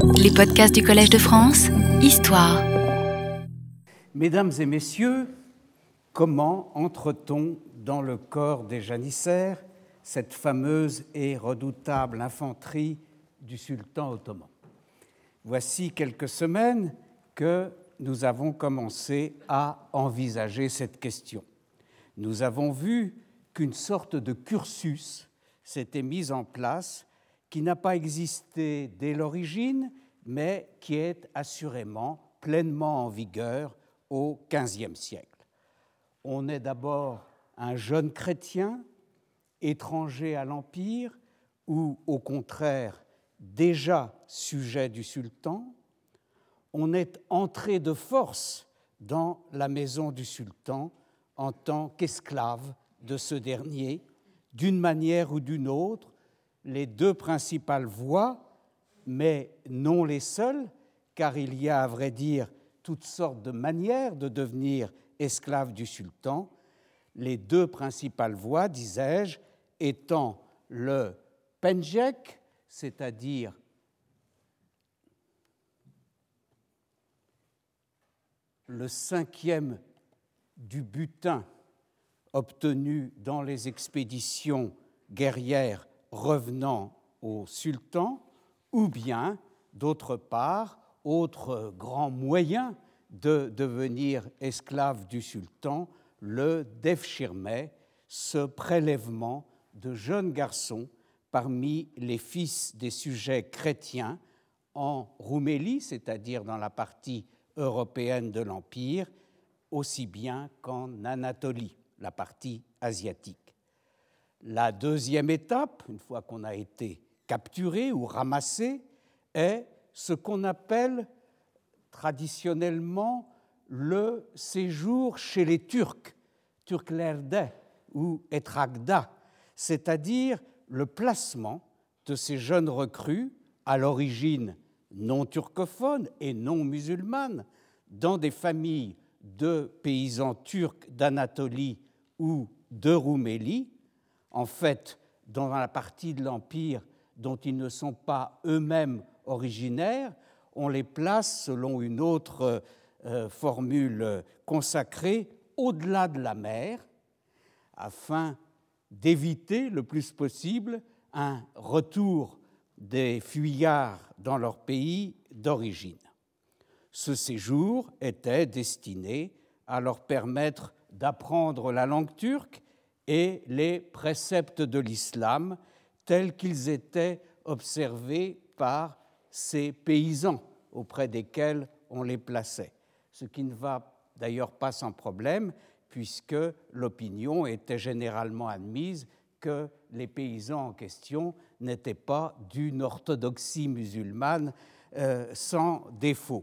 Les podcasts du Collège de France, Histoire. Mesdames et messieurs, comment entre-t-on dans le corps des janissaires, cette fameuse et redoutable infanterie du sultan ottoman? Voici quelques semaines que nous avons commencé à envisager cette question. Nous avons vu qu'une sorte de cursus s'était mis en place qui n'a pas existé dès l'origine, mais qui est assurément pleinement en vigueur au XVe siècle. On est d'abord un jeune chrétien, étranger à l'Empire, ou au contraire déjà sujet du sultan. On est entré de force dans la maison du sultan en tant qu'esclave de ce dernier, d'une manière ou d'une autre. Les deux principales voies, mais non les seules, car il y a, à vrai dire, toutes sortes de manières de devenir esclave du sultan. Les deux principales voies, disais-je, étant le penjek, c'est-à-dire le cinquième du butin obtenu dans les expéditions guerrières revenant au sultan, ou bien, d'autre part, autre grand moyen de devenir esclave du sultan, le devshirme, ce prélèvement de jeunes garçons parmi les fils des sujets chrétiens en Roumélie, c'est-à-dire dans la partie européenne de l'Empire, aussi bien qu'en Anatolie, la partie asiatique. La deuxième étape, une fois qu'on a été capturé ou ramassé, est ce qu'on appelle traditionnellement le séjour chez les Turcs, Türklerde ou Etrakda, c'est-à-dire le placement de ces jeunes recrues, à l'origine non turcophones et non musulmanes, dans des familles de paysans turcs d'Anatolie ou de Roumélie, en fait, dans la partie de l'Empire dont ils ne sont pas eux-mêmes originaires, on les place, selon une autre formule consacrée, au-delà de la mer, afin d'éviter le plus possible un retour des fuyards dans leur pays d'origine. Ce séjour était destiné à leur permettre d'apprendre la langue turque et les préceptes de l'islam tels qu'ils étaient observés par ces paysans auprès desquels on les plaçait. Ce qui ne va d'ailleurs pas sans problème, puisque l'opinion était généralement admise que les paysans en question n'étaient pas d'une orthodoxie musulmane sans défaut.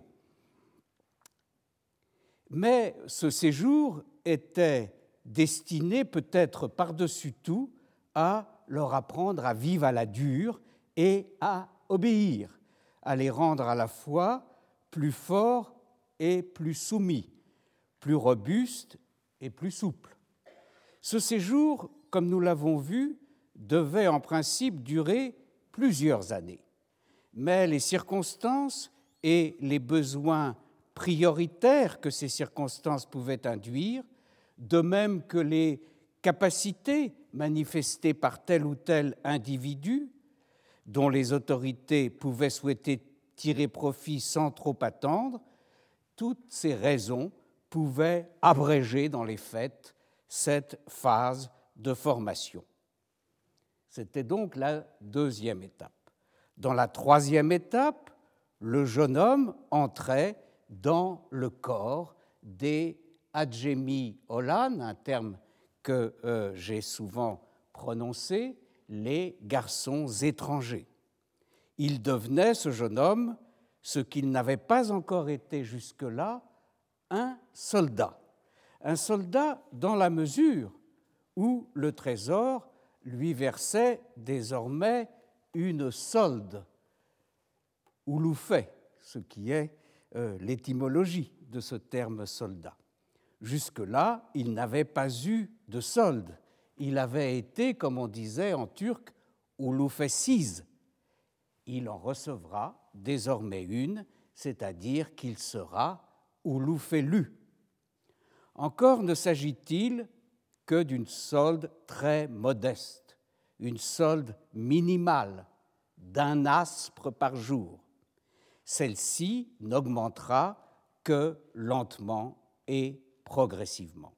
Mais ce séjour était destiné peut-être par-dessus tout à leur apprendre à vivre à la dure et à obéir, à les rendre à la fois plus forts et plus soumis, plus robustes et plus souples. Ce séjour, comme nous l'avons vu, devait en principe durer plusieurs années, mais les circonstances et les besoins prioritaires que ces circonstances pouvaient induire, de même que les capacités manifestées par tel ou tel individu, dont les autorités pouvaient souhaiter tirer profit sans trop attendre, toutes ces raisons pouvaient abréger dans les faits cette phase de formation. C'était donc la deuxième étape. Dans la troisième étape, le jeune homme entrait dans le corps des Adjemi Olan, un terme que j'ai souvent prononcé, les garçons étrangers. Il devenait, ce jeune homme, ce qu'il n'avait pas encore été jusque-là, un soldat. Un soldat dans la mesure où le trésor lui versait désormais une solde, ou loufet, ce qui est l'étymologie de ce terme soldat. Jusque-là, il n'avait pas eu de solde. Il avait été, comme on disait en turc, ulufesiz, il en recevra désormais une, c'est-à-dire qu'il sera Ulufelu. Encore ne s'agit-il que d'une solde très modeste, une solde minimale d'un aspre par jour. Celle-ci n'augmentera que lentement et progressivement.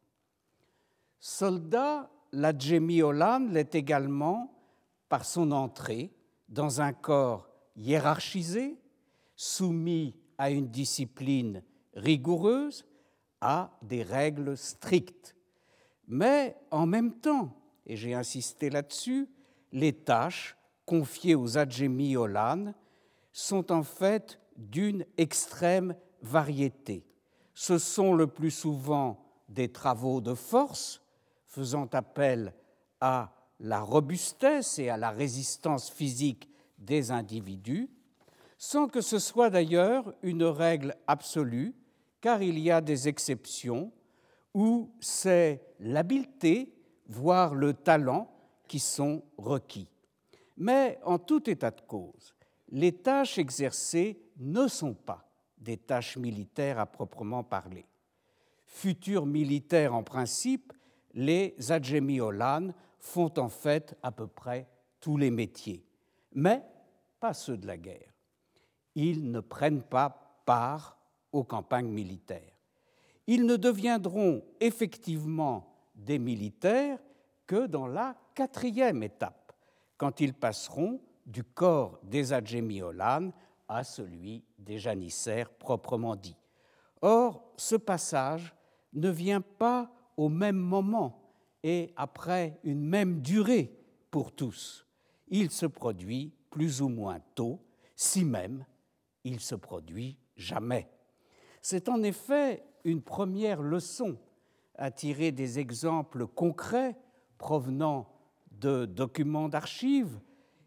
Soldat, la Djémiolan l'est également par son entrée dans un corps hiérarchisé, soumis à une discipline rigoureuse, à des règles strictes. Mais en même temps, et j'ai insisté là-dessus, les tâches confiées aux Adjémiolan sont en fait d'une extrême variété. Ce sont le plus souvent des travaux de force, faisant appel à la robustesse et à la résistance physique des individus, sans que ce soit d'ailleurs une règle absolue, car il y a des exceptions où c'est l'habileté, voire le talent, qui sont requis. Mais en tout état de cause, les tâches exercées ne sont pas des tâches militaires à proprement parler. Futurs militaires en principe, les Adjémiolan font en fait à peu près tous les métiers, mais pas ceux de la guerre. Ils ne prennent pas part aux campagnes militaires. Ils ne deviendront effectivement des militaires que dans la 4e étape, quand ils passeront du corps des Adjémiolan à celui des janissaires proprement dit. Or, ce passage ne vient pas au même moment et après une même durée pour tous. Il se produit plus ou moins tôt, si même il se produit jamais. C'est en effet une première leçon à tirer des exemples concrets provenant de documents d'archives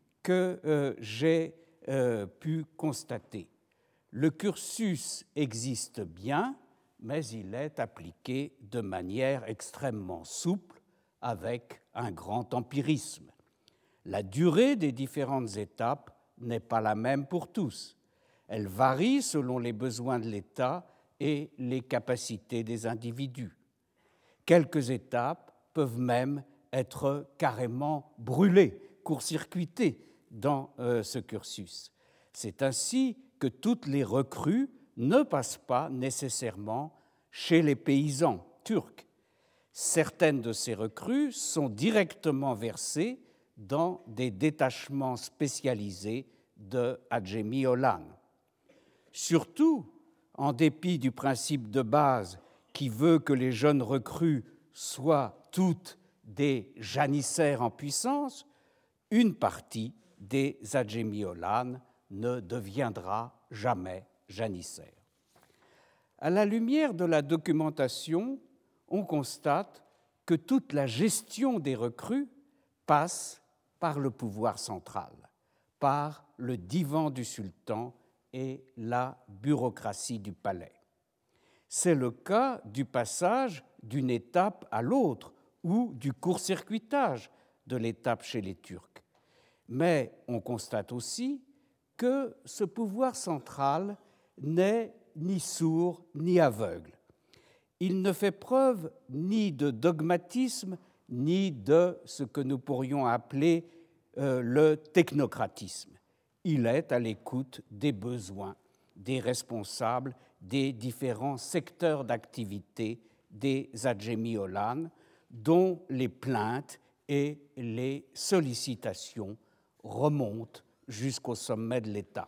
que j'ai pu constater. Le cursus existe bien, mais il est appliqué de manière extrêmement souple, avec un grand empirisme. La durée des différentes étapes n'est pas la même pour tous. Elle varie selon les besoins de l'État et les capacités des individus. Quelques étapes peuvent même être carrément brûlées, court-circuitées dans ce cursus. C'est ainsi que toutes les recrues ne passent pas nécessairement chez les paysans turcs. Certaines de ces recrues sont directement versées dans des détachements spécialisés de Adjémiolan. Surtout, en dépit du principe de base qui veut que les jeunes recrues soient toutes des janissaires en puissance, une partie des Adjémiolan ne deviendra jamais janissaire. À la lumière de la documentation, on constate que toute la gestion des recrues passe par le pouvoir central, par le divan du sultan et la bureaucratie du palais. C'est le cas du passage d'une étape à l'autre ou du court-circuitage de l'étape chez les Turcs. Mais on constate aussi que ce pouvoir central n'est ni sourd ni aveugle. Il ne fait preuve ni de dogmatisme, ni de ce que nous pourrions appeler le technocratisme. Il est à l'écoute des besoins des responsables des différents secteurs d'activité des Adjémiolan, dont les plaintes et les sollicitations remontent jusqu'au sommet de l'État.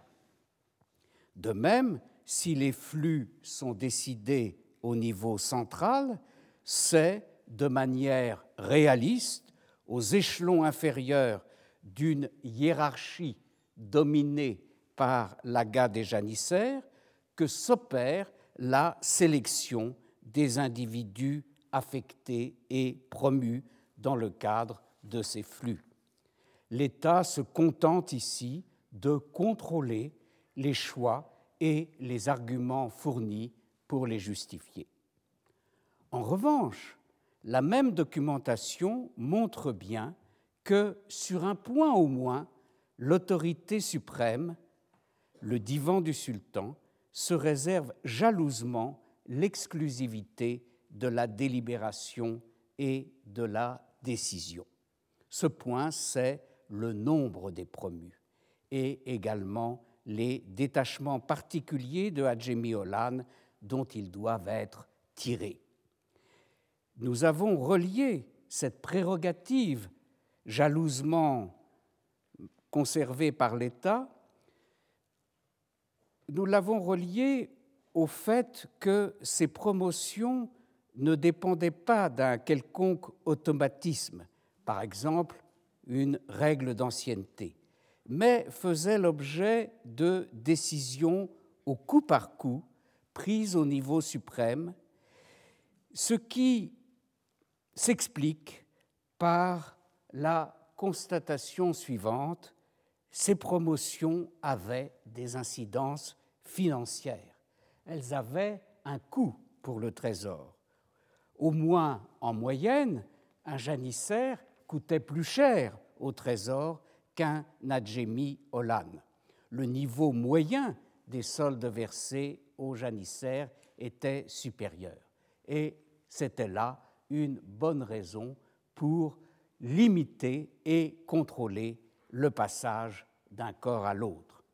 De même, si les flux sont décidés au niveau central, c'est de manière réaliste, aux échelons inférieurs d'une hiérarchie dominée par l'aga des janissaires, que s'opère la sélection des individus affectés et promus dans le cadre de ces flux. L'État se contente ici de contrôler les choix et les arguments fournis pour les justifier. En revanche, la même documentation montre bien que, sur un point au moins, l'autorité suprême, le divan du sultan, se réserve jalousement l'exclusivité de la délibération et de la décision. Ce point, c'est le nombre des promus et également les détachements particuliers de Hadjemi Olan dont ils doivent être tirés. Nous avons relié cette prérogative jalousement conservée par l'État, nous l'avons reliée au fait que ces promotions ne dépendaient pas d'un quelconque automatisme, par exemple une règle d'ancienneté, mais faisaient l'objet de décisions au coup par coup prises au niveau suprême, ce qui s'explique par la constatation suivante: ces promotions avaient des incidences financières. Elles avaient un coût pour le Trésor. Au moins, en moyenne, un janissaire coûtait plus cher au Trésor qu'un Hadjemi Olan. Le niveau moyen des soldes versés aux janissaires était supérieur. Et c'était là une bonne raison pour limiter et contrôler le passage d'un corps à l'autre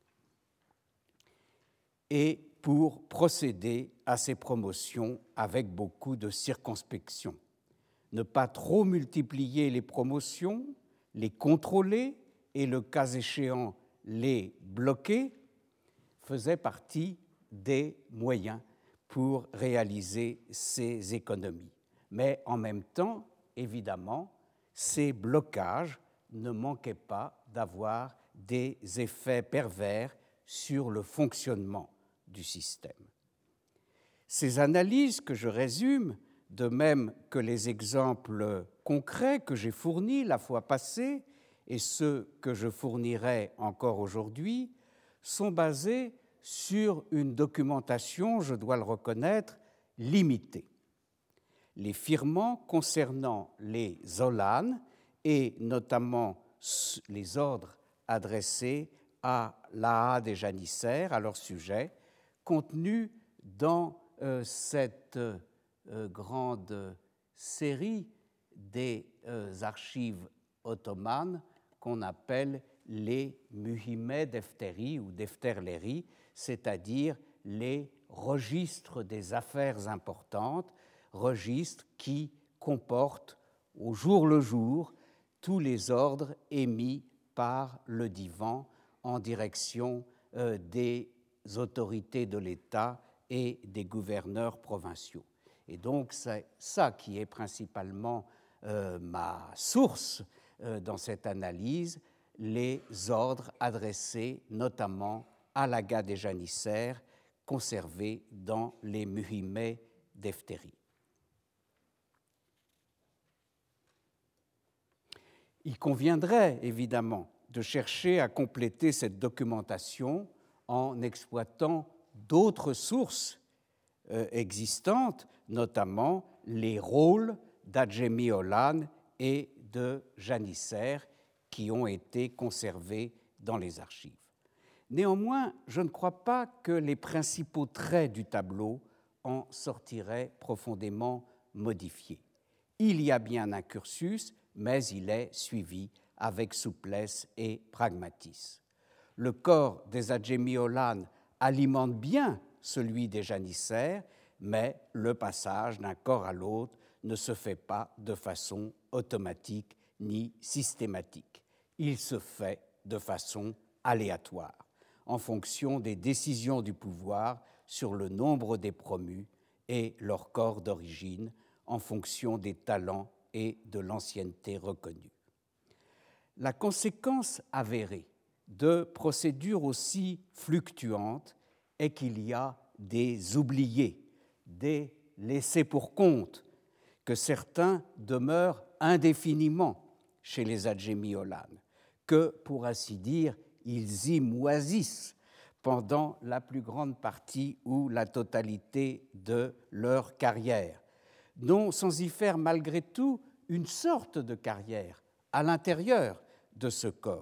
et pour procéder à ces promotions avec beaucoup de circonspection. Ne pas trop multiplier les promotions, les contrôler et, le cas échéant, les bloquer faisait partie des moyens pour réaliser ces économies. Mais en même temps, évidemment, ces blocages ne manquaient pas d'avoir des effets pervers sur le fonctionnement du système. Ces analyses que je résume, de même que les exemples concrets que j'ai fournis la fois passée et ceux que je fournirai encore aujourd'hui, sont basés sur une documentation, je dois le reconnaître, limitée. Les firmants concernant les Olanes et notamment les ordres adressés à l'Aha des janissaires, à leur sujet, contenus dans cette grande série des archives ottomanes qu'on appelle les Mühime Defteri ou Defterleri, c'est-à-dire les registres des affaires importantes, registres qui comportent au jour le jour tous les ordres émis par le divan en direction des autorités de l'État et des gouverneurs provinciaux. Et donc c'est ça qui est principalement ma source dans cette analyse, les ordres adressés notamment à l'Aga des janissaires conservés dans les Mühime Defteri. Il conviendrait évidemment de chercher à compléter cette documentation en exploitant d'autres sources existantes, notamment les rôles d'Hadjemi Olan et de janissaires qui ont été conservés dans les archives. Néanmoins, je ne crois pas que les principaux traits du tableau en sortiraient profondément modifiés. Il y a bien un cursus, mais il est suivi avec souplesse et pragmatisme. Le corps des Hadjemi Olan alimente bien celui des janissaires, mais le passage d'un corps à l'autre ne se fait pas de façon automatique ni systématique. Il se fait de façon aléatoire, en fonction des décisions du pouvoir sur le nombre des promus et leur corps d'origine, en fonction des talents et de l'ancienneté reconnue. La conséquence avérée de procédures aussi fluctuantes est qu'il y a des oubliés, des laissés pour compte, que certains demeurent indéfiniment chez les Hadjemi Olan, que, pour ainsi dire, ils y moisissent pendant la plus grande partie ou la totalité de leur carrière, non sans y faire malgré tout une sorte de carrière à l'intérieur de ce corps.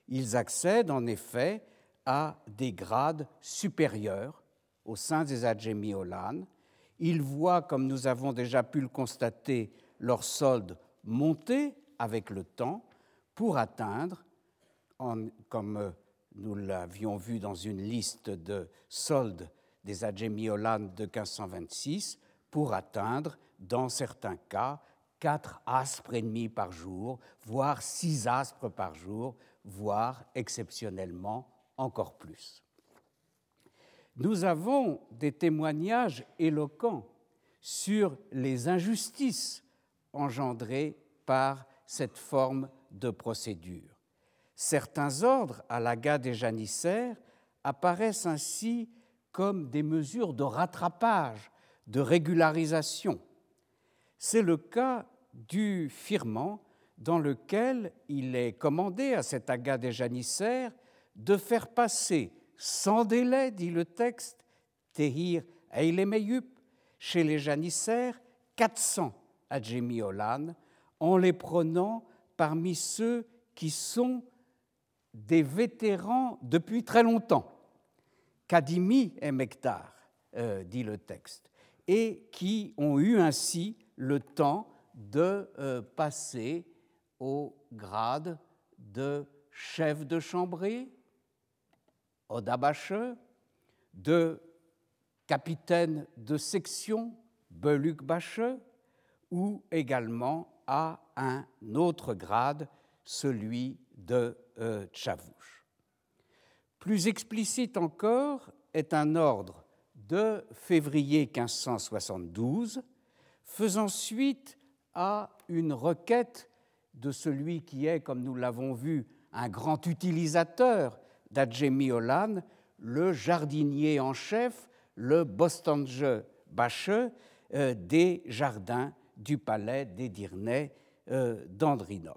Ils accèdent en effet à des grades supérieurs au sein des Adjémiolanes. Ils voient, comme nous avons déjà pu le constater, leur solde monter avec le temps pour atteindre, comme nous l'avions vu dans une liste de soldes des Adjémiolanes de 1526, pour atteindre, dans certains cas, 4 aspres et demi par jour, voire 6 aspres par jour, voire exceptionnellement encore plus. Nous avons des témoignages éloquents sur les injustices engendrées par cette forme de procédure. Certains ordres à l'aga des janissaires apparaissent ainsi comme des mesures de rattrapage, de régularisation. C'est le cas du firman dans lequel il est commandé à cet aga des janissaires de faire passer sans délai, dit le texte, Tehir Eilemeyup, chez les janissaires, 400 Adjémiolanes, en les prenant parmi ceux qui sont des vétérans depuis très longtemps, Kadimi et Mektar, dit le texte, et qui ont eu ainsi le temps de passer au grade de chef de chambrée, Odabache, de capitaine de section, Belukbache, ou également à un autre grade, celui de Tchavouch. Plus explicite encore est un ordre de février 1572, faisant suite à une requête de celui qui est, comme nous l'avons vu, un grand utilisateur d'Adjémiolan, le jardinier en chef, le Bostange Bache des jardins du palais d'Édirne d'Andrinople.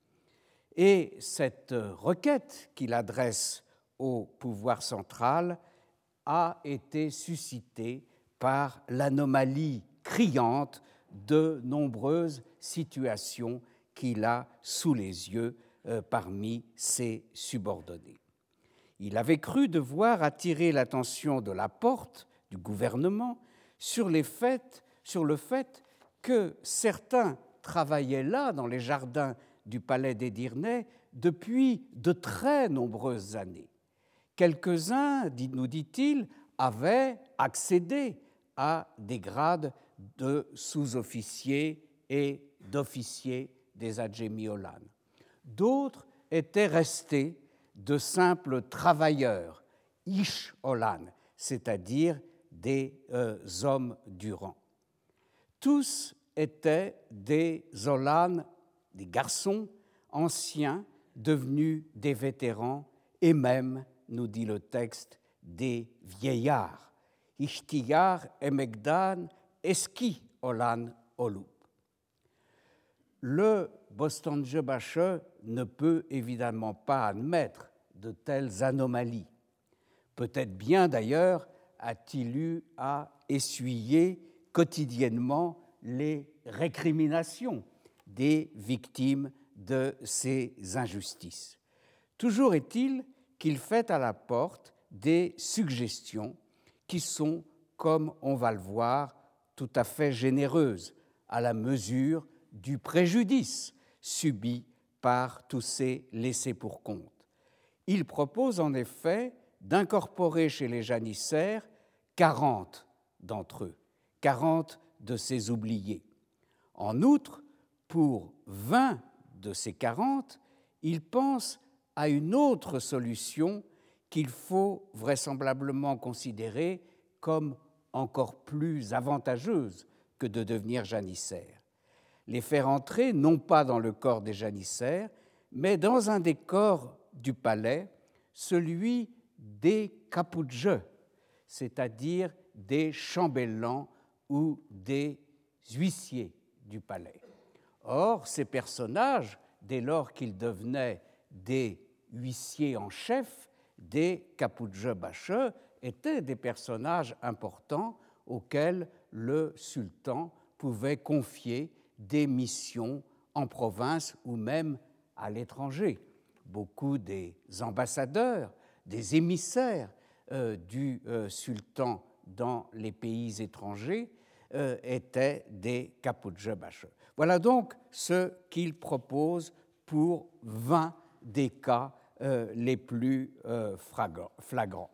Et cette requête qu'il adresse au pouvoir central a été suscitée par l'anomalie criante de nombreuses situations qu'il a sous les yeux parmi ses subordonnés. Il avait cru devoir attirer l'attention de la porte du gouvernement sur le fait que certains travaillaient là, dans les jardins du palais d'Édirne, depuis de très nombreuses années. Quelques-uns, nous dit-il, avaient accédé à des grades de sous-officiers et d'officiers des Adjémiolanes. D'autres étaient restés de simples travailleurs, ish-olan, c'est-à-dire des hommes du rang. Tous étaient des olanes, des garçons anciens devenus des vétérans et même, nous dit le texte, des vieillards. Ishtiyar emegdan eski olan olup. Le Bostange Bache ne peut évidemment pas admettre de telles anomalies. Peut-être bien d'ailleurs a-t-il eu à essuyer quotidiennement les récriminations des victimes de ces injustices. Toujours est-il qu'il fait à la porte des suggestions qui sont, comme on va le voir, tout à fait généreuses à la mesure du préjudice subi par tous ces laissés-pour-compte. Il propose en effet d'incorporer chez les janissaires 40 d'entre eux, 40 de ces oubliés. En outre, pour 20 de ces 40, il pense à une autre solution qu'il faut vraisemblablement considérer comme encore plus avantageuse que de devenir janissaire. Les faire entrer non pas dans le corps des janissaires, mais dans un des corps du palais, celui des capudjeux, c'est-à-dire des chambellans ou des huissiers du palais. Or, ces personnages, dès lors qu'ils devenaient des huissiers en chef, des capudjeux bacheux, étaient des personnages importants auxquels le sultan pouvait confier des missions en province ou même à l'étranger, beaucoup des ambassadeurs, des émissaires du sultan dans les pays étrangers étaient des Kapudje-Bache. Voilà donc ce qu'il propose pour 20 des cas les plus flagrants.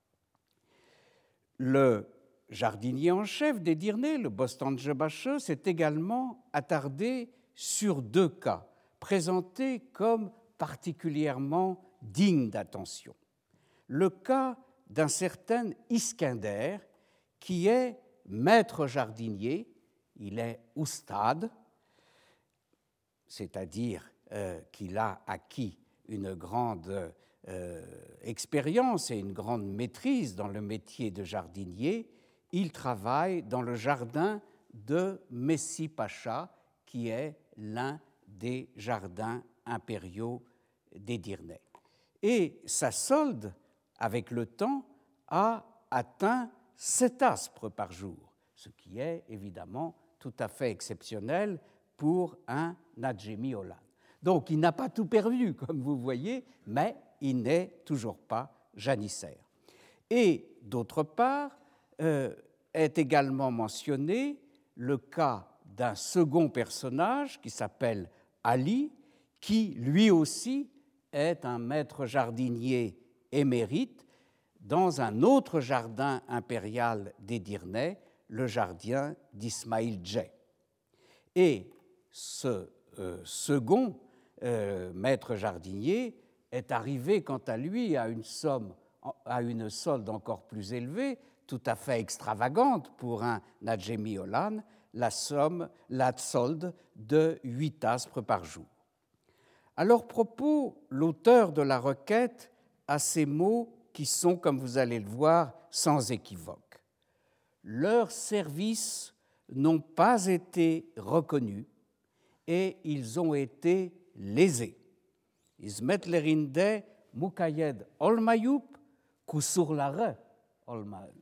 Le jardinier en chef d'Edirne, le Bostandje-Bache, s'est également attardé sur 2 cas présentés comme particulièrement dignes d'attention. Le cas d'un certain Iskender, qui est maître jardinier, il est oustad, c'est-à-dire qu'il a acquis une grande expérience et une grande maîtrise dans le métier de jardinier. Il travaille dans le jardin de Messi Pacha, qui est l'un des jardins impériaux d'Edirne. Et sa solde, avec le temps, a atteint 7 aspres par jour, ce qui est évidemment tout à fait exceptionnel pour un Adjemi Olan. Donc il n'a pas tout perdu, comme vous voyez, mais il n'est toujours pas janissaire. Et d'autre part, est également mentionné le cas d'un second personnage qui s'appelle Ali, qui lui aussi est un maître jardinier émérite dans un autre jardin impérial d'Edirne, le jardin d'Ismail Djeh. Et ce second maître jardinier est arrivé, quant à lui, à une solde encore plus élevée, tout à fait extravagante pour un Adjemi Olan, la solde de 8 aspres par jour. À leur propos, l'auteur de la requête a ces mots qui sont, comme vous allez le voir, sans équivoque. Leurs services n'ont pas été reconnus et ils ont été lésés. Izmetlerinde mukayed olmayup kusurlare olmaen.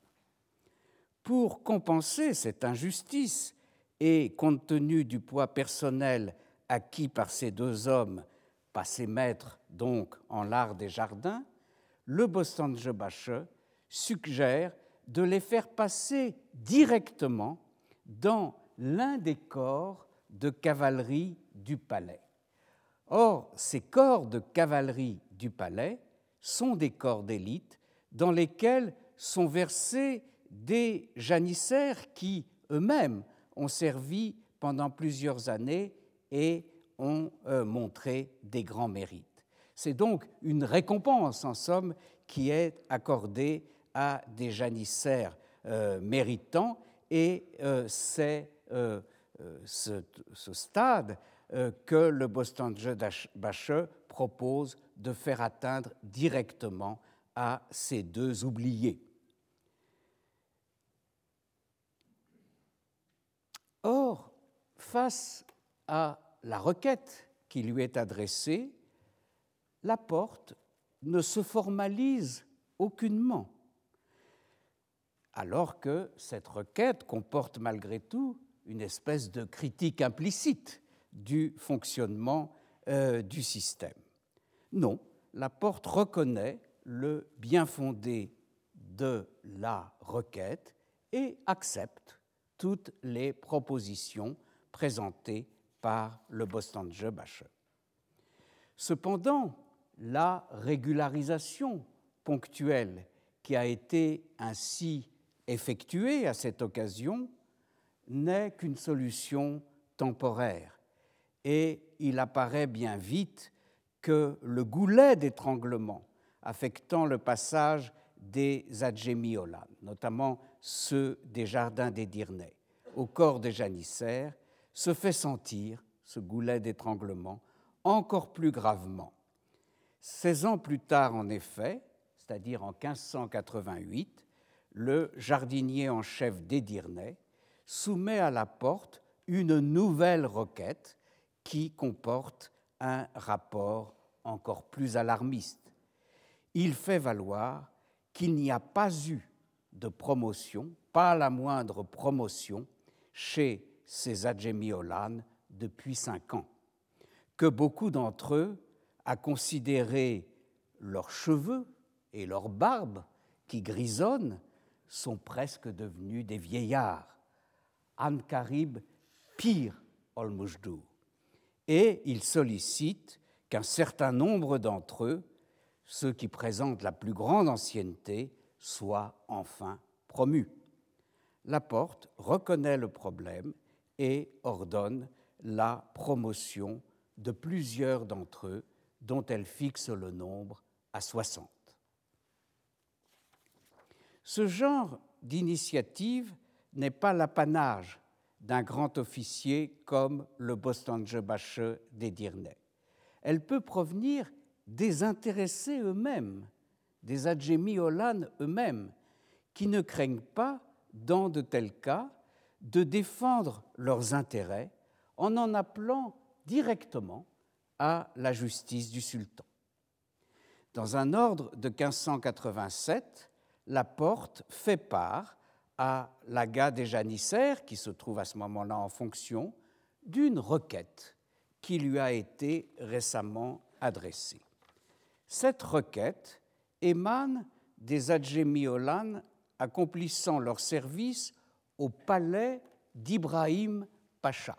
Pour compenser cette injustice et compte tenu du poids personnel acquis par ces 2 hommes, passés maîtres donc en l'art des jardins, le Bostandje-Bache suggère de les faire passer directement dans l'un des corps de cavalerie du palais. Or, ces corps de cavalerie du palais sont des corps d'élite dans lesquels sont versés des janissaires qui, eux-mêmes, ont servi pendant plusieurs années et ont montré des grands mérites. C'est donc une récompense, en somme, qui est accordée à des janissaires méritants, et c'est ce stade que le Bostandje-Bache propose de faire atteindre directement à ces 2 oubliés. Or, face à la requête qui lui est adressée, la porte ne se formalise aucunement, alors que cette requête comporte malgré tout une espèce de critique implicite du fonctionnement du système. Non, la porte reconnaît le bien-fondé de la requête et accepte toutes les propositions présentées par le Bostandje-Bache. Cependant, la régularisation ponctuelle qui a été ainsi effectuée à cette occasion n'est qu'une solution temporaire, et il apparaît bien vite que le goulet d'étranglement affectant le passage des Adjemi Olan, notamment ceux des jardins d'Edirne, au corps des janissaires, se fait sentir, ce goulet d'étranglement, encore plus gravement. 16 ans plus tard, en effet, c'est-à-dire en 1588, le jardinier en chef d'Edirne soumet à la porte une nouvelle requête qui comporte un rapport encore plus alarmiste. Il fait valoir qu'il n'y a pas eu de promotion, pas la moindre promotion, chez ces Adjemi Olan depuis 5 ans, que beaucoup d'entre eux à considérer leurs cheveux et leurs barbes qui grisonnent sont presque devenus des vieillards. An-Karib pire Olmujdu. Et il sollicite qu'un certain nombre d'entre eux, ceux qui présentent la plus grande ancienneté, soient enfin promus. Laporte reconnaît le problème et ordonne la promotion de plusieurs d'entre eux, dont elle fixe le nombre à 60. Ce genre d'initiative n'est pas l'apanage d'un grand officier comme le Bostanjebashe d'Edirne. Elle peut provenir des intéressés eux-mêmes, des Adjemi Olan eux-mêmes, qui ne craignent pas, dans de tels cas, de défendre leurs intérêts en appelant directement à la justice du sultan. Dans un ordre de 1587, Laporte fait part à l'Aga des janissaires, qui se trouve à ce moment-là en fonction, d'une requête qui lui a été récemment adressée. Cette requête émane des Adjemi Olan accomplissant leur service au palais d'Ibrahim Pacha.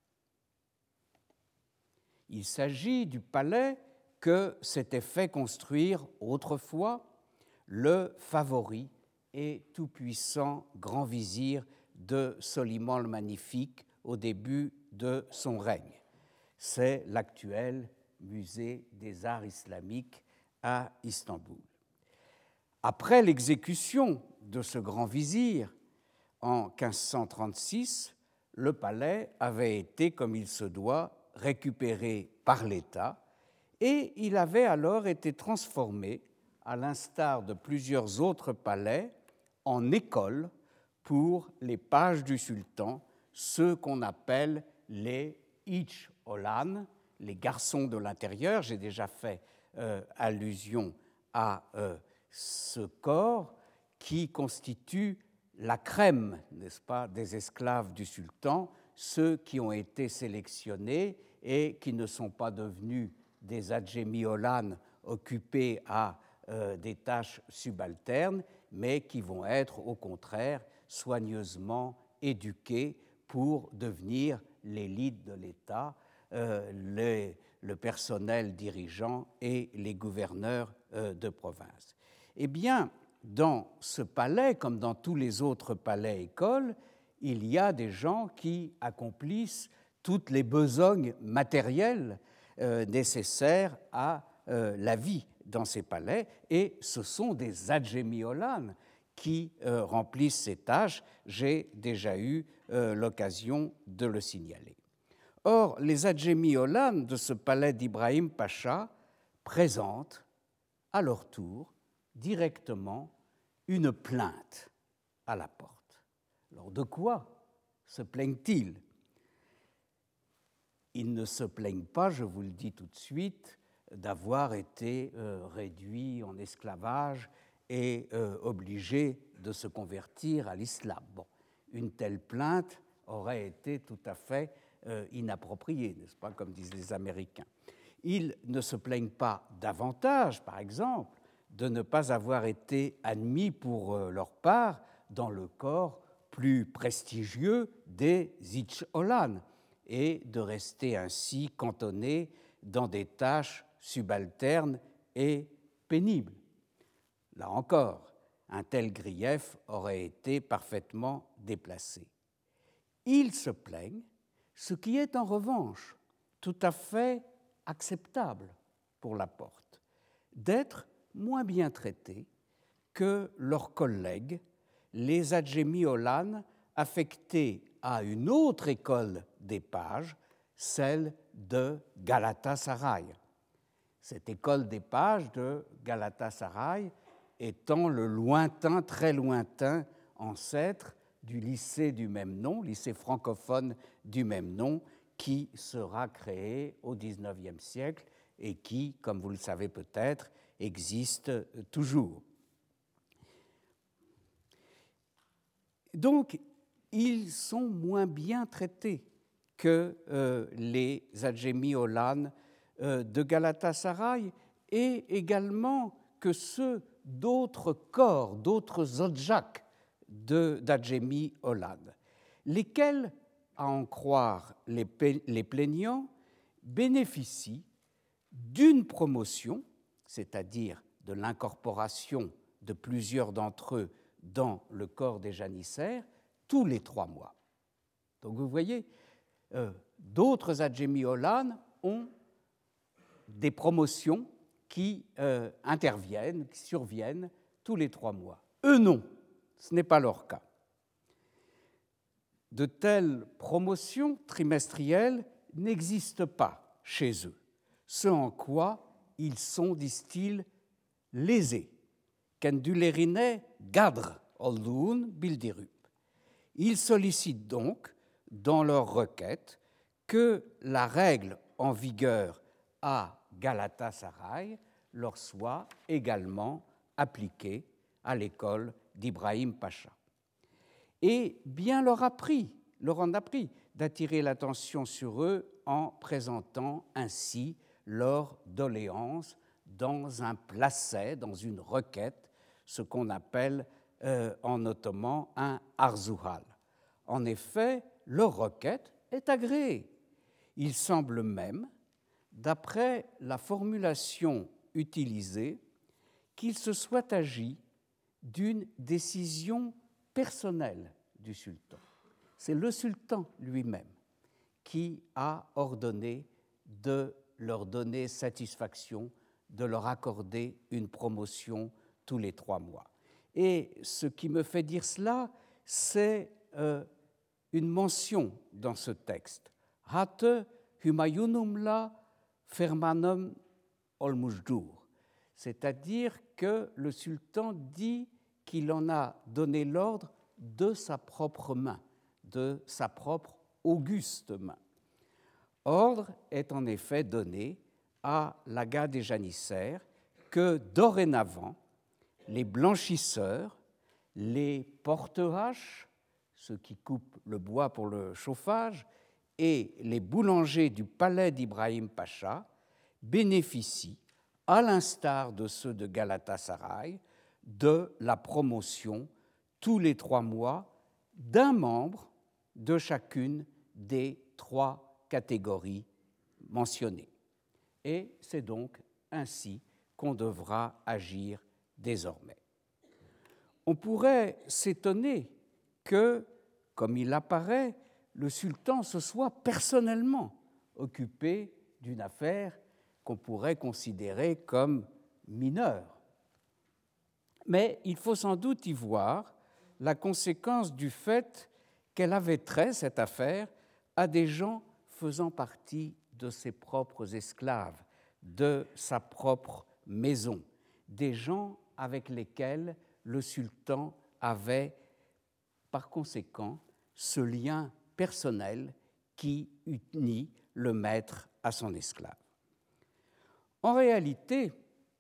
Il s'agit du palais que s'était fait construire autrefois le favori et tout-puissant grand vizir de Soliman le Magnifique au début de son règne. C'est l'actuel musée des arts islamiques à Istanbul. Après l'exécution de ce grand vizir en 1536, le palais avait été, comme il se doit, récupéré par l'État et il avait alors été transformé, à l'instar de plusieurs autres palais, en école pour les pages du sultan, ceux qu'on appelle les Ich Olan, les garçons de l'intérieur. J'ai déjà fait allusion à ce corps qui constitue la crème, n'est-ce pas, des esclaves du sultan, ceux qui ont été sélectionnés et qui ne sont pas devenus des Adjemi Olan occupés à des tâches subalternes, mais qui vont être au contraire soigneusement éduqués pour devenir l'élite de l'État, le personnel dirigeant et les gouverneurs de province. Eh bien, dans ce palais, comme dans tous les autres palais-écoles, il y a des gens qui accomplissent toutes les besognes matérielles nécessaires à la vie dans ces palais, et ce sont des Adjemi Olan qui remplissent ces tâches. J'ai déjà eu l'occasion de le signaler. Or, les Adjemi Olan de ce palais d'Ibrahim Pacha présentent à leur tour directement une plainte à Laporte. Alors, de quoi se plaignent-ils ? Ils ne se plaignent pas, je vous le dis tout de suite, d'avoir été réduits en esclavage et obligés de se convertir à l'islam. Bon, une telle plainte aurait été tout à fait inappropriée, n'est-ce pas, comme disent les Américains. Ils ne se plaignent pas davantage, par exemple, de ne pas avoir été admis pour leur part dans le corps plus prestigieux des Ich Olan et de rester ainsi cantonnés dans des tâches subalternes et pénibles. Là encore, un tel grief aurait été parfaitement déplacé. Ils se plaignent, ce qui est en revanche tout à fait acceptable pour Laporte, d'être moins bien traités que leurs collègues, les Adjemi Olan, affectés à une autre école des pages, celle de Galatasaray. Cette école des pages de Galatasaray étant le lointain, très lointain ancêtre du lycée du même nom, lycée francophone du même nom, qui sera créé au XIXe siècle et qui, comme vous le savez peut-être, existe toujours. Donc, ils sont moins bien traités que les Adjemi Olan de Galatasaray et également que ceux d'autres corps, d'autres Zodjak d'Adjemi Olan, lesquels, à en croire les plaignants, bénéficient d'une promotion, c'est-à-dire de l'incorporation de plusieurs d'entre eux dans le corps des janissaires, tous les 3 mois. Donc vous voyez, d'autres Adjemi Olan ont des promotions qui interviennent, qui surviennent tous les 3 mois. Eux, non, ce n'est pas leur cas. De telles promotions trimestrielles n'existent pas chez eux, ce en quoi ils sont, disent-ils, lésés. Kendulerine gadr oldoun bildirup. Ils sollicitent donc, dans leur requête, que la règle en vigueur à Galatasaray leur soit également appliquée à l'école d'Ibrahim Pacha. Et bien leur en a pris d'attirer l'attention sur eux en présentant ainsi leur doléance dans un placet, dans une requête, ce qu'on appelle en ottoman un arzuhal. En effet, leur requête est agréée. Il semble même, d'après la formulation utilisée, qu'il se soit agi d'une décision personnelle du sultan. C'est le sultan lui-même qui a ordonné de leur donner satisfaction, de leur accorder une promotion tous les 3 mois. Et ce qui me fait dire cela, c'est une mention dans ce texte. Hatte Humayunumla fermanum olmujdur, c'est-à-dire que le sultan dit qu'il en a donné l'ordre de sa propre main, de sa propre auguste main. Ordre est en effet donné à l'Aga des janissaires que dorénavant, les blanchisseurs, les porte-haches, ceux qui coupent le bois pour le chauffage, et les boulangers du palais d'Ibrahim Pacha bénéficient, à l'instar de ceux de Galatasaray, de la promotion tous les 3 mois d'un membre de chacune des 3 catégories mentionnées. Et c'est donc ainsi qu'on devra agir désormais. On pourrait s'étonner que, comme il apparaît, le sultan se soit personnellement occupé d'une affaire qu'on pourrait considérer comme mineure. Mais il faut sans doute y voir la conséquence du fait qu'elle avait trait, cette affaire, à des gens faisant partie de ses propres esclaves, de sa propre maison, des gens avec lesquels le sultan avait, par conséquent, ce lien personnel qui unit le maître à son esclave. En réalité,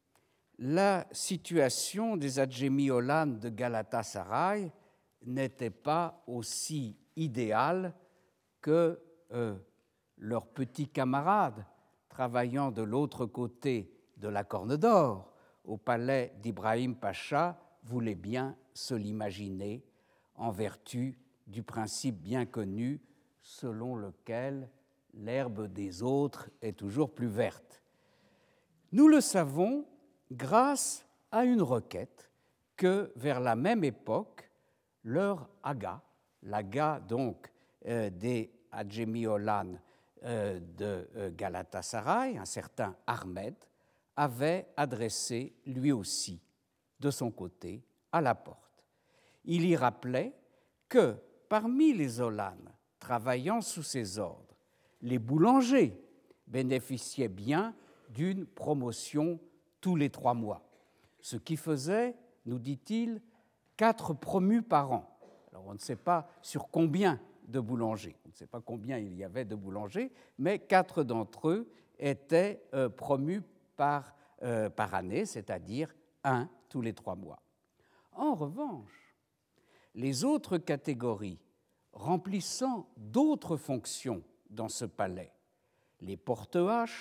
la situation des Adjemi Olan de Galatasaray n'était pas aussi idéale que leurs petits camarades travaillant de l'autre côté de la Corne d'Or au palais d'Ibrahim Pacha voulaient bien se l'imaginer en vertu du principe bien connu selon lequel l'herbe des autres est toujours plus verte. Nous le savons grâce à une requête que, vers la même époque, leur aga, l'aga donc des Adjemi Olan de Galatasaray, un certain Ahmed, avait adressé lui aussi, de son côté, à la porte. Il y rappelait que parmi les Olan travaillant sous ses ordres, les boulangers bénéficiaient bien d'une promotion tous les 3 mois, ce qui faisait, nous dit-il, 4 promus par an. Alors on ne sait pas sur combien de boulangers, on ne sait pas combien il y avait de boulangers, mais 4 d'entre eux étaient promus par année, c'est-à-dire 1 tous les 3 mois. En revanche, les autres catégories remplissant d'autres fonctions dans ce palais, les porte-haches,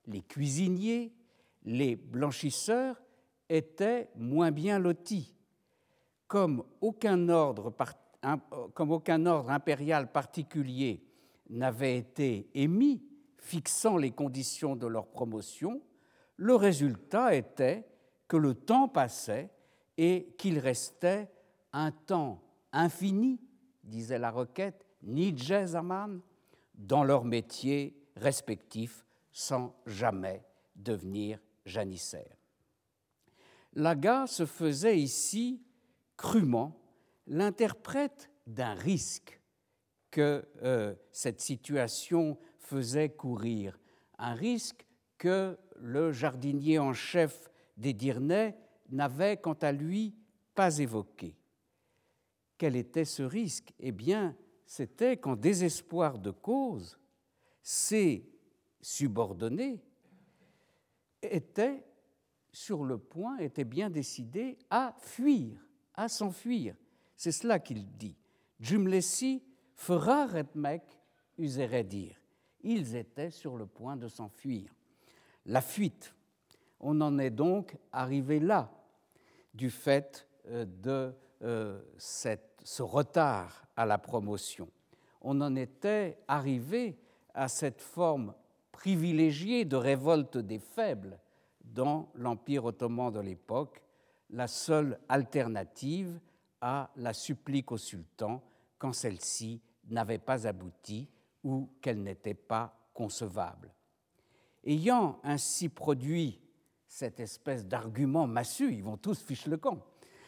les cuisiniers, les blanchisseurs étaient moins bien lotis. Comme aucun ordre impérial particulier n'avait été émis fixant les conditions de leur promotion, le résultat était que le temps passait et qu'il restait un temps infini, disait la requête, Nidje Zaman, dans leurs métiers respectifs sans jamais devenir janissaires. Laga se faisait ici crûment l'interprète d'un risque que cette situation faisait courir, un risque que le jardinier en chef d'Edirne n'avait quant à lui pas évoqué. Quel était ce risque? Eh bien, c'était qu'en désespoir de cause, ses subordonnés étaient bien décidés à fuir, à s'enfuir. C'est cela qu'il dit. Jumlesi fera retmek userait dire. Ils étaient sur le point de s'enfuir. La fuite, on en est donc arrivé là, du fait de ce retard à la promotion. On en était arrivé à cette forme privilégiée de révolte des faibles dans l'Empire ottoman de l'époque, la seule alternative à la supplique au sultan quand celle-ci n'avait pas abouti ou qu'elle n'était pas concevable. Ayant ainsi produit cette espèce d'argument massu, ils vont tous fiche le camp,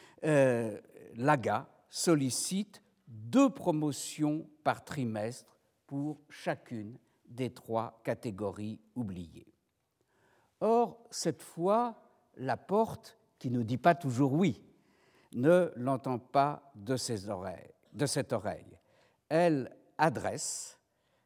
Laga sollicite 2 promotions par trimestre pour chacune des 3 catégories oubliées. Or, cette fois, la Porte, qui ne dit pas toujours oui, ne l'entend pas de cette oreille. Elle adresse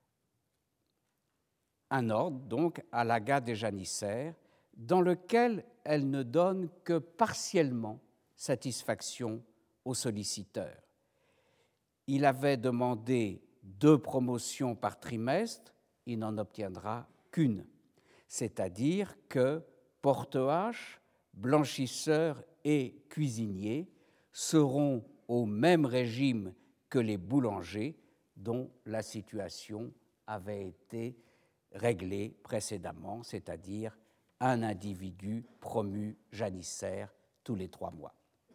un ordre, donc, à Laga des janissaires, dans lequel elle ne donne que partiellement satisfaction aux solliciteurs. Il avait demandé 2 promotions par trimestre, il n'en obtiendra qu'une. C'est-à-dire que porte-hache, blanchisseurs et cuisiniers seront au même régime que les boulangers dont la situation avait été réglée précédemment, c'est-à-dire un individu promu janissaire tous les 3 mois.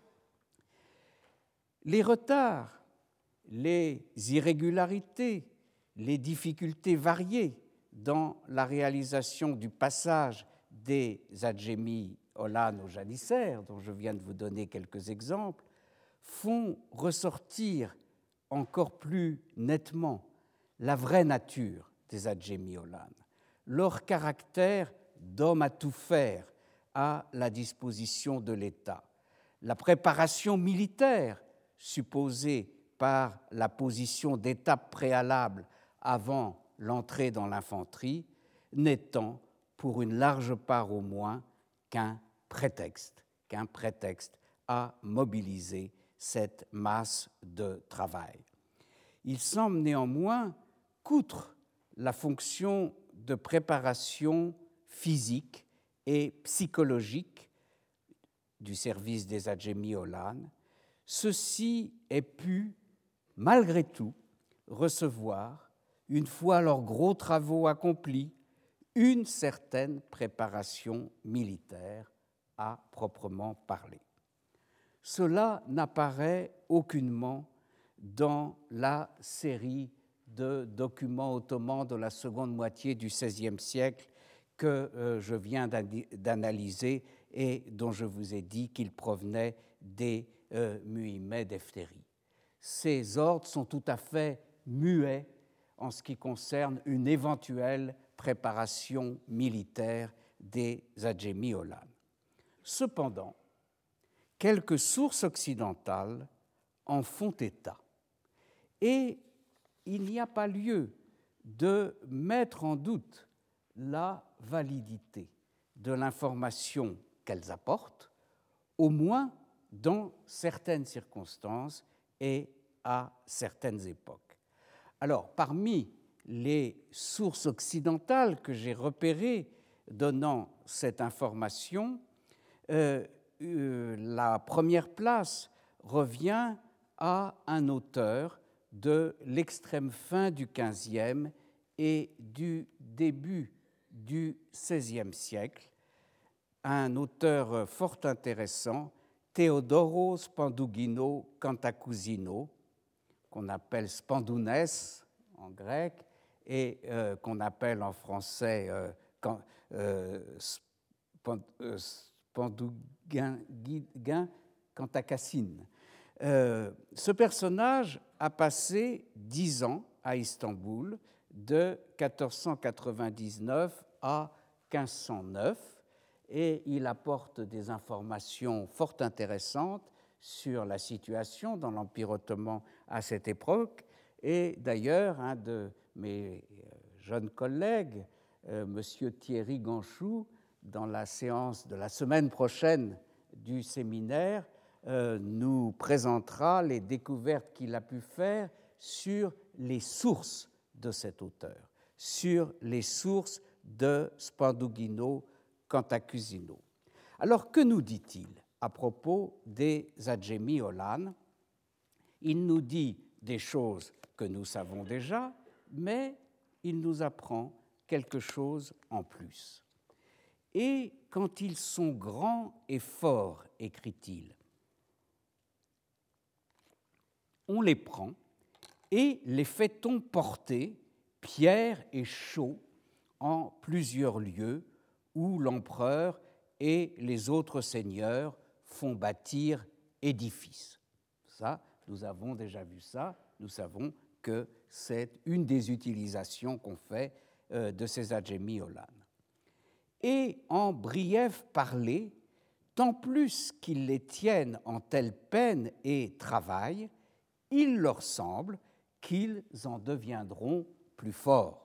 Les retards, les irrégularités, les difficultés variées dans la réalisation du passage des adjémis Olan aux janissaires, dont je viens de vous donner quelques exemples, font ressortir encore plus nettement la vraie nature des adjémis Olan, leur caractère d'hommes à tout faire à la disposition de l'État, la préparation militaire supposée par la position d'étape préalable avant l'entrée dans l'infanterie, n'étant pour une large part au moins qu'un prétexte à mobiliser cette masse de travail. Il semble néanmoins qu'outre la fonction de préparation physique et psychologique du service des adjémis Olan, ceux-ci aient pu, malgré tout, recevoir, une fois leurs gros travaux accomplis, une certaine préparation militaire à proprement parler. Cela n'apparaît aucunement dans la série de documents ottomans de la seconde moitié du XVIe siècle que je viens d'analyser et dont je vous ai dit qu'ils provenaient des Muhimet Defteri. Ces ordres sont tout à fait muets en ce qui concerne une éventuelle préparation militaire des adjémis Olan. Cependant, quelques sources occidentales en font état et il n'y a pas lieu de mettre en doute la validité de l'information qu'elles apportent, au moins dans certaines circonstances et à certaines époques. Alors, parmi les sources occidentales que j'ai repérées donnant cette information, la première place revient à un auteur de l'extrême fin du XVe et du début du XVIe siècle, un auteur fort intéressant, Teodoro Spandugino Cantacuzino, qu'on appelle Spandounes en grec et qu'on appelle en français Spandouguin Cantacasine. Ce personnage a passé 10 ans à Istanbul, de 1499 à 1509, et il apporte des informations fort intéressantes sur la situation dans l'Empire ottoman à cette époque. Et d'ailleurs, un de mes jeunes collègues, Monsieur Thierry Ganchou, dans la séance de la semaine prochaine du séminaire, nous présentera les découvertes qu'il a pu faire sur les sources de cet auteur, sur les sources de Spandugino Cantacuzino. Alors, que nous dit-il à propos des Adjémi Olan? Il nous dit des choses que nous savons déjà, mais il nous apprend quelque chose en plus. Et quand ils sont grands et forts, écrit-il, on les prend et les fait-on porter, pierres et chaux, en plusieurs lieux où l'empereur et les autres seigneurs font bâtir édifices. Ça, nous avons déjà vu ça, nous savons que c'est une des utilisations qu'on fait de ces Adjémi Olan. Et en brief parler, tant plus qu'ils les tiennent en telle peine et travail, il leur semble qu'ils en deviendront plus forts.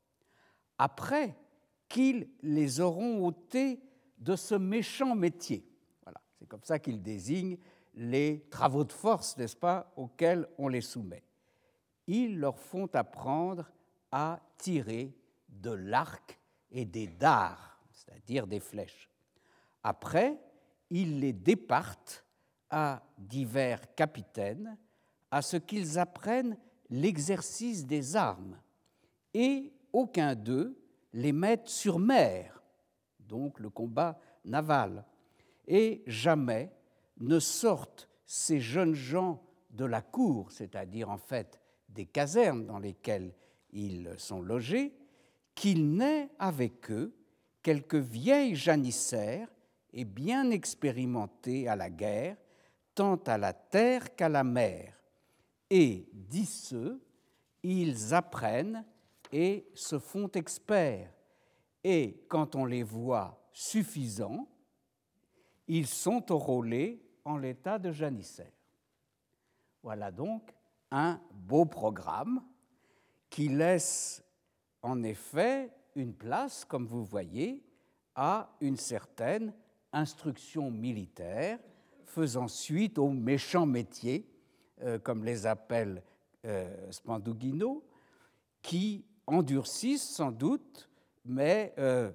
Après qu'ils les auront ôtés de ce méchant métier. Voilà, c'est comme ça qu'ils désignent les travaux de force, n'est-ce pas, auxquels on les soumet. Ils leur font apprendre à tirer de l'arc et des dards, c'est-à-dire des flèches. Après, ils les départent à divers capitaines, à ce qu'ils apprennent l'exercice des armes, et aucun d'eux les met sur mer, donc le combat naval, et jamais ne sortent ces jeunes gens de la cour, c'est-à-dire en fait des casernes dans lesquelles ils sont logés, qu'il n'ait avec eux quelques vieilles janissaires et bien expérimentés à la guerre, tant à la terre qu'à la mer. Et, disent-eux, ils apprennent et se font experts. Et quand on les voit suffisants, ils sont enrôlés en l'état de janissaires. Voilà donc un beau programme qui laisse en effet une place, comme vous voyez, à une certaine instruction militaire faisant suite aux méchants métiers, comme les appelle Spandugino, qui endurcissent sans doute, mais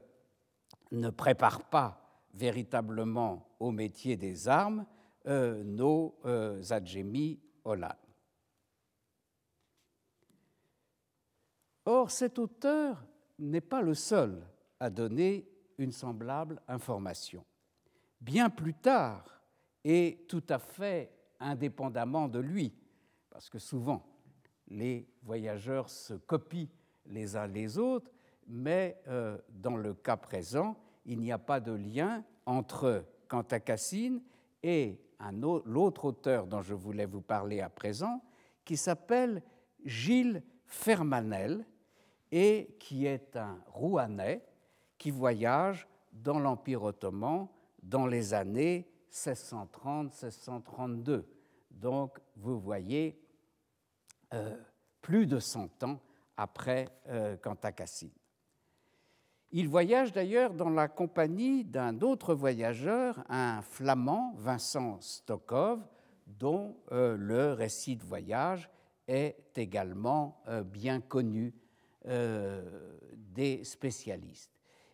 ne préparent pas véritablement au métier des armes nos Adjémi Olan. Or, cet auteur n'est pas le seul à donner une semblable information. Bien plus tard, et tout à fait indépendamment de lui, parce que souvent les voyageurs se copient les uns les autres, mais dans le cas présent, il n'y a pas de lien entre Cantacasine et l'autre auteur dont je voulais vous parler à présent, qui s'appelle Gilles Fermanel et qui est un Rouennais qui voyage dans l'Empire ottoman dans les années 1630-1632. Donc, vous voyez, plus de 100 ans après Cantacasine. Il voyage d'ailleurs dans la compagnie d'un autre voyageur, un Flamand, Vincent Stokov, dont le récit de voyage est également bien connu des spécialistes.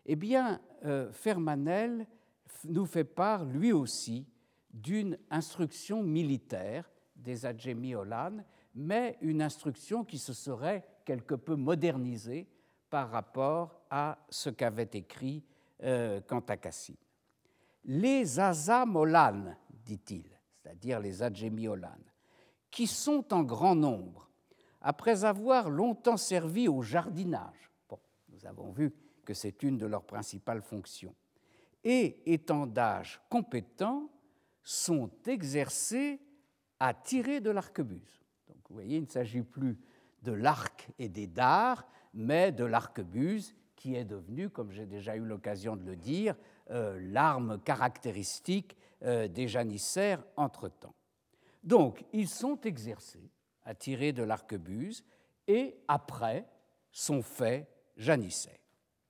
eh bien, Fermanel nous fait part, lui aussi, d'une instruction militaire des Adjémiolan, mais une instruction qui se serait quelque peu modernisée par rapport à ce qu'avait écrit Cantacuzène. Les Azamolan, dit-il, c'est-à-dire les Adjémiolan, qui sont en grand nombre, après avoir longtemps servi au jardinage, bon, nous avons vu que c'est une de leurs principales fonctions, et étant d'âge compétent, sont exercés à tirer de l'arquebuse. Donc vous voyez, il ne s'agit plus de l'arc et des dards, mais de l'arquebuse qui est devenue, comme j'ai déjà eu l'occasion de le dire, l'arme caractéristique des janissaires entre-temps. Donc, ils sont exercés à tirer de l'arquebuse et, après, sont faits janissaires.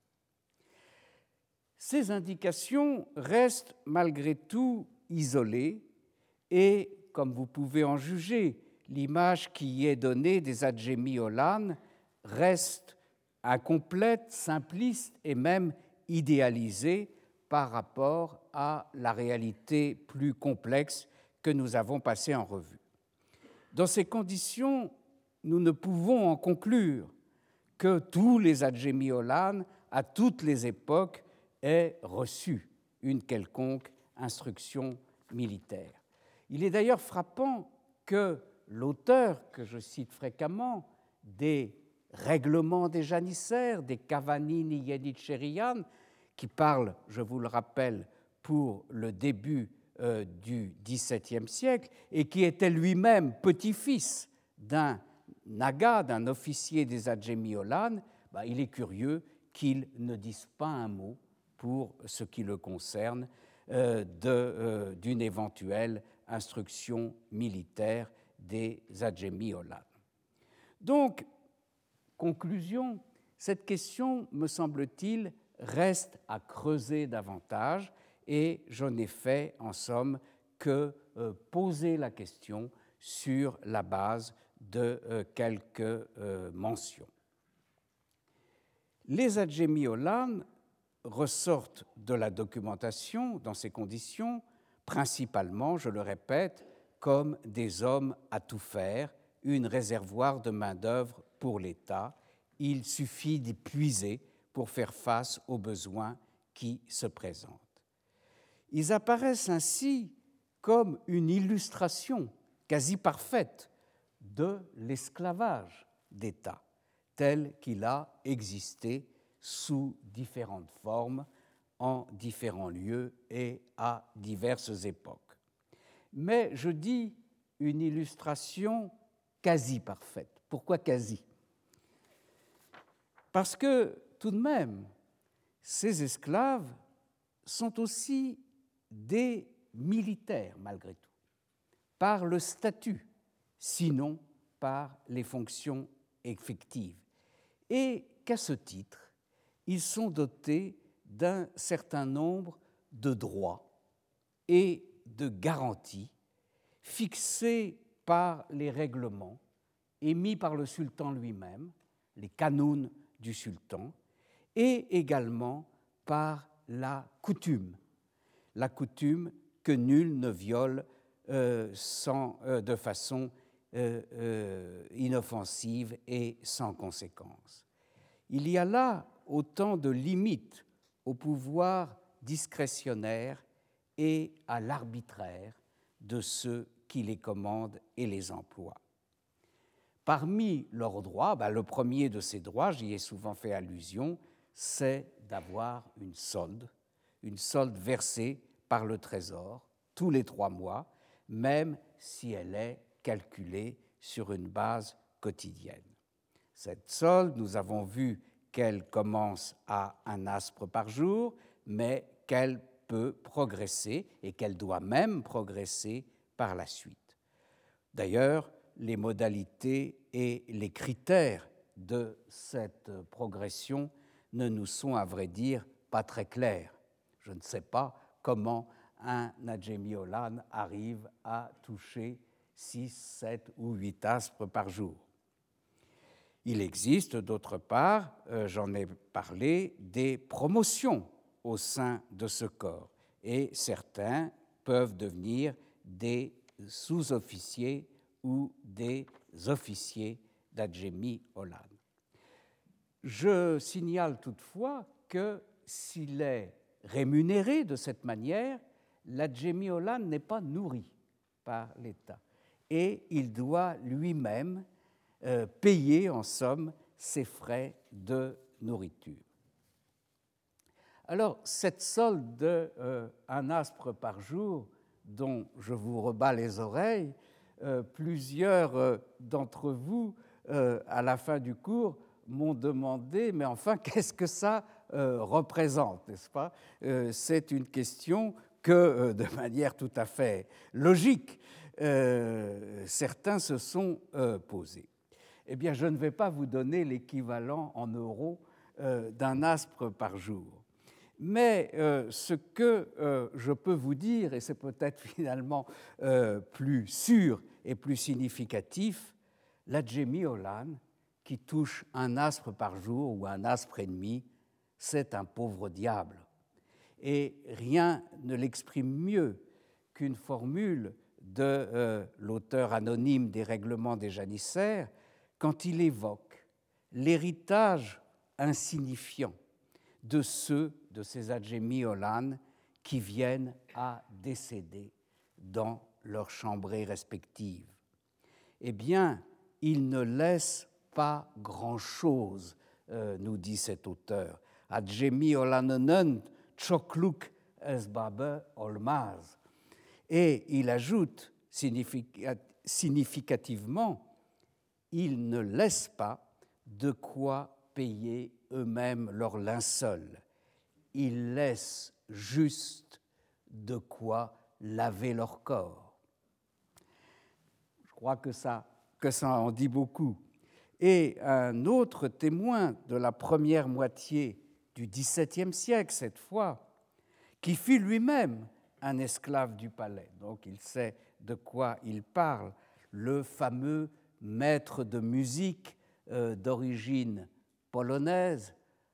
Ces indications restent malgré tout isolées et, comme vous pouvez en juger, l'image qui y est donnée des Adjémiolan reste incomplète, simpliste et même idéalisée par rapport à la réalité plus complexe que nous avons passée en revue. Dans ces conditions, nous ne pouvons en conclure que tous les Adjémiolan, à toutes les époques, aient reçu une quelconque instruction militaire. Il est d'ailleurs frappant que l'auteur, que je cite fréquemment, des règlements des janissaires, des Kavanini Yeditcherian, qui parle, je vous le rappelle, pour le début du XVIIe siècle, et qui était lui-même petit-fils d'un naga, d'un officier des Adjémiolan, il est curieux qu'il ne dise pas un mot pour ce qui le concerne d'une éventuelle instruction militaire des Adjémiolan. Donc, conclusion, cette question, me semble-t-il, reste à creuser davantage et je n'ai fait, en somme, que poser la question sur la base de quelques mentions. Les Adjémiolan ressortent de la documentation dans ces conditions, principalement, je le répète, comme des hommes à tout faire, une réservoir de main-d'œuvre pour l'État. Il suffit d'y puiser pour faire face aux besoins qui se présentent. Ils apparaissent ainsi comme une illustration quasi parfaite de l'esclavage d'État, tel qu'il a existé sous différentes formes, en différents lieux et à diverses époques. Mais je dis une illustration quasi parfaite. Pourquoi quasi ? Parce que, tout de même, ces esclaves sont aussi des militaires, malgré tout, par le statut, sinon par les fonctions effectives, et qu'à ce titre, ils sont dotés d'un certain nombre de droits et de garanties fixés par les règlements émis par le sultan lui-même, les canons du sultan, et également par la coutume que nul ne viole de façon inoffensive et sans conséquence. Il y a là autant de limites au pouvoir discrétionnaire et à l'arbitraire de ceux qui les commandent et les emploient. Parmi leurs droits, le premier de ces droits, j'y ai souvent fait allusion, c'est d'avoir une solde versée par le Trésor tous les 3 mois, même si elle est calculée sur une base quotidienne. Cette solde, nous avons vu qu'elle commence à 1 aspre par jour, mais qu'elle peut progresser et qu'elle doit même progresser par la suite. D'ailleurs, les modalités et les critères de cette progression ne nous sont, à vrai dire, pas très clairs. Je ne sais pas comment un Adjémiolan arrive à toucher 6, 7 ou 8 aspres par jour. Il existe d'autre part, j'en ai parlé, des promotions au sein de ce corps et certains peuvent devenir des sous-officiers ou des officiers d'Adjemi Olan. Je signale toutefois que s'il est rémunéré de cette manière, l'Adjemi Olan n'est pas nourri par l'État et il doit lui-même payer en somme ses frais de nourriture. Alors, cette solde de un aspre par jour, dont je vous rebats les oreilles, plusieurs d'entre vous, à la fin du cours, m'ont demandé, mais enfin, qu'est-ce que ça représente, n'est-ce pas? C'est une question que, de manière tout à fait logique, certains se sont posés. Eh bien, je ne vais pas vous donner l'équivalent en euros d'un aspre par jour. Mais ce que je peux vous dire, et c'est peut-être finalement plus sûr et plus significatif, l'Adjemi Olan, qui touche un aspre par jour ou un aspre et demi, c'est un pauvre diable. Et rien ne l'exprime mieux qu'une formule de l'auteur anonyme des Règlements des janissaires quand il évoque l'héritage insignifiant de ceux de ces Adjemi Olan qui viennent à décéder dans leurs chambrées respectives. Eh bien, il ne laisse pas grand-chose, nous dit cet auteur. Adjemi Olanonen chokluk esbabe olmaz. Et il ajoute significativement, ils ne laissent pas de quoi payer eux-mêmes leur linceul. Ils laissent juste de quoi laver leur corps. Je crois que ça en dit beaucoup. Et un autre témoin de la première moitié du XVIIe siècle, cette fois, qui fut lui-même un esclave du palais, donc il sait de quoi il parle, le fameux maître de musique d'origine polonaise,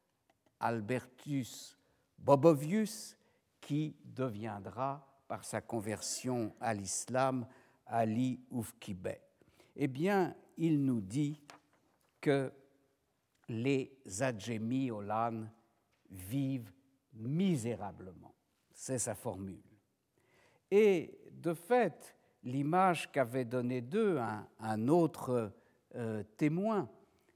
Albertus Bobovius, qui deviendra, par sa conversion à l'islam, Ali Oufkibeh. Eh bien, il nous dit que les Adjemi Olan vivent misérablement. C'est sa formule. Et de fait, l'image qu'avait donnée d'eux un autre témoin,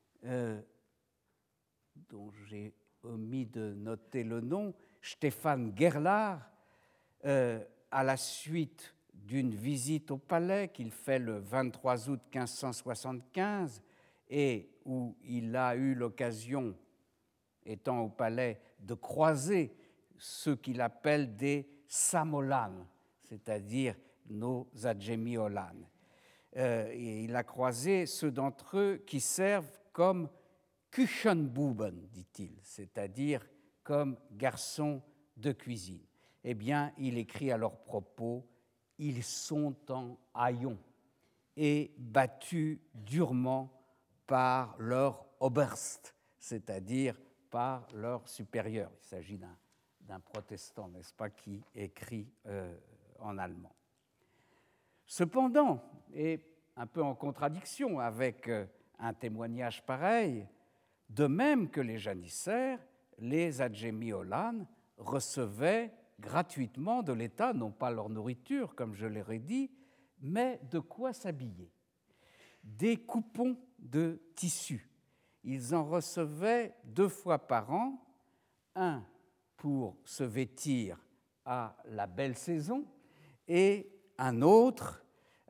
dont j'ai omis de noter le nom, Stéphane Gerlach, à la suite d'une visite au palais qu'il fait le 23 août 1575 et où il a eu l'occasion, étant au palais, de croiser ceux qu'il appelle des Samolan, c'est-à-dire nos Adjemi Olan. Et il a croisé ceux d'entre eux qui servent comme Küchenbuben, dit-il, c'est-à-dire comme garçons de cuisine. Eh bien, il écrit à leur propos, ils sont en haillons et battus durement par leur Oberst, c'est-à-dire par leur supérieur. Il s'agit d'un protestant, n'est-ce pas, qui écrit en allemand. Cependant, et un peu en contradiction avec un témoignage pareil, de même que les janissaires, les Adjemi Olan recevaient gratuitement de l'État, non pas leur nourriture, comme je l'ai dit, mais de quoi s'habiller. Des coupons de tissu. Ils en recevaient 2 fois par an, un pour se vêtir à la belle saison et un autre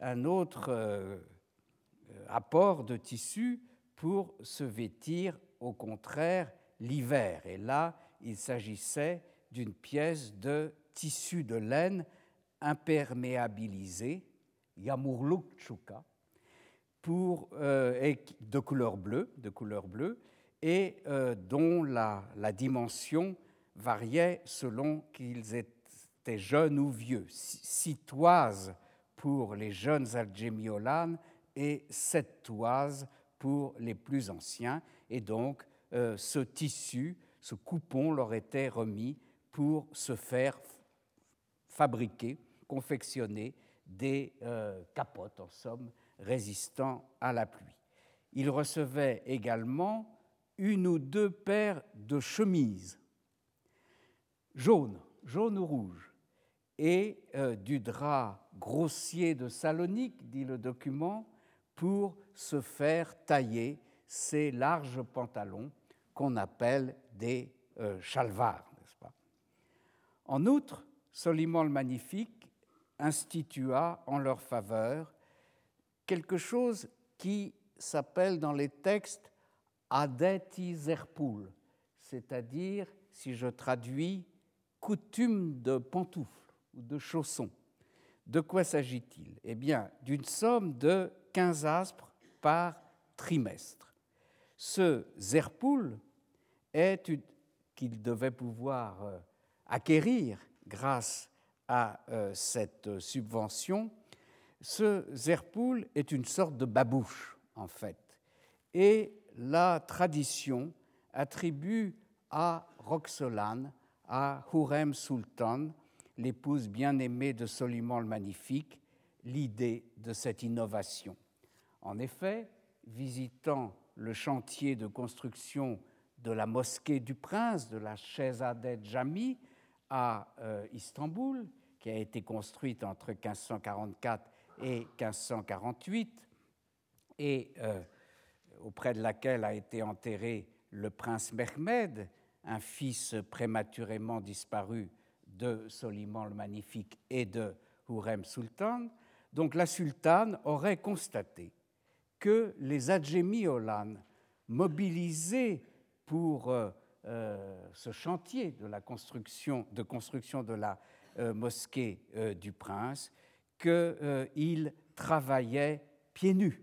apport de tissu pour se vêtir au contraire l'hiver. Et là, il s'agissait d'une pièce de tissu de laine imperméabilisé, yamurlukchuka, de couleur bleue et dont la dimension variait selon qu'ils étaient jeunes ou vieux. 6 toises pour les jeunes Adjemi Olan et 7 toises pour les plus anciens, et donc ce tissu, ce coupon leur était remis pour se faire fabriquer, confectionner des capotes, en somme, résistant à la pluie. Ils recevaient également une ou deux paires de chemises jaunes ou rouges, et du drap grossier de Salonique, dit le document, pour se faire tailler ces larges pantalons qu'on appelle des chalvars, n'est-ce pas? En outre, Soliman le Magnifique institua en leur faveur quelque chose qui s'appelle dans les textes adeti zerpoul, c'est-à-dire, si je traduis, coutume de pantoufles ou de chaussons. De quoi s'agit-il? Eh bien, d'une somme de 15 aspres par trimestre. Ce zerpoul qu'il devait pouvoir acquérir grâce à cette subvention. Ce zerpoul est une sorte de babouche, en fait, et la tradition attribue à Roxolane, à Hurrem Sultan, l'épouse bien-aimée de Soliman le Magnifique, l'idée de cette innovation. En effet, visitant le chantier de construction de la mosquée du prince, de la Shehzadeh Jami, à Istanbul, qui a été construite entre 1544 et 1548, et auprès de laquelle a été enterré le prince Mehmed, un fils prématurément disparu de Soliman le Magnifique et de Hurrem Sultan. Donc la sultane aurait constaté que les Adjémi-Olan, mobilisés pour ce chantier de la construction de la mosquée du prince, qu'ils travaillaient pieds nus.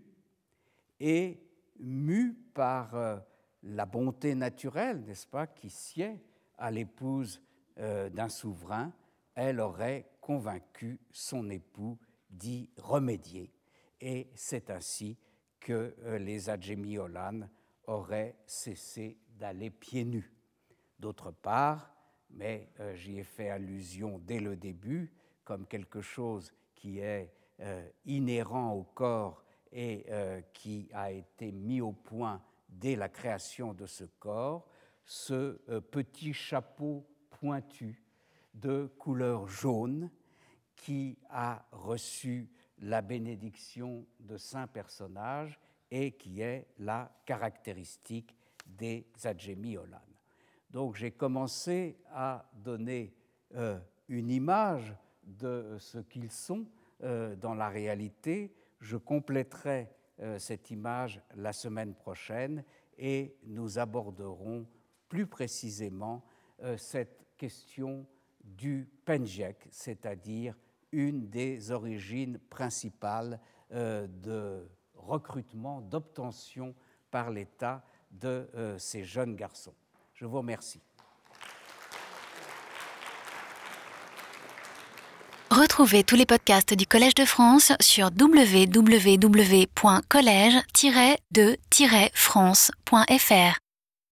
Et mus par la bonté naturelle, n'est-ce pas, qui sied à l'épouse d'un souverain, elle aurait convaincu son époux d'y remédier. Et c'est ainsi que les Adjémi-Olan auraient cessé d'aller pieds nus. D'autre part, mais j'y ai fait allusion dès le début, comme quelque chose qui est inhérent au corps et qui a été mis au point dès la création de ce corps, ce petit chapeau pointu de couleur jaune qui a reçu la bénédiction de saints personnages et qui est la caractéristique des Adjémi-Olan. Donc j'ai commencé à donner une image de ce qu'ils sont dans la réalité. Je compléterai cette image la semaine prochaine et nous aborderons plus précisément cette question du penjek, c'est-à-dire une des origines principales de recrutement, d'obtention par l'État de ces jeunes garçons. Je vous remercie. Retrouvez tous les podcasts du Collège de France sur www.collège-de-france.fr.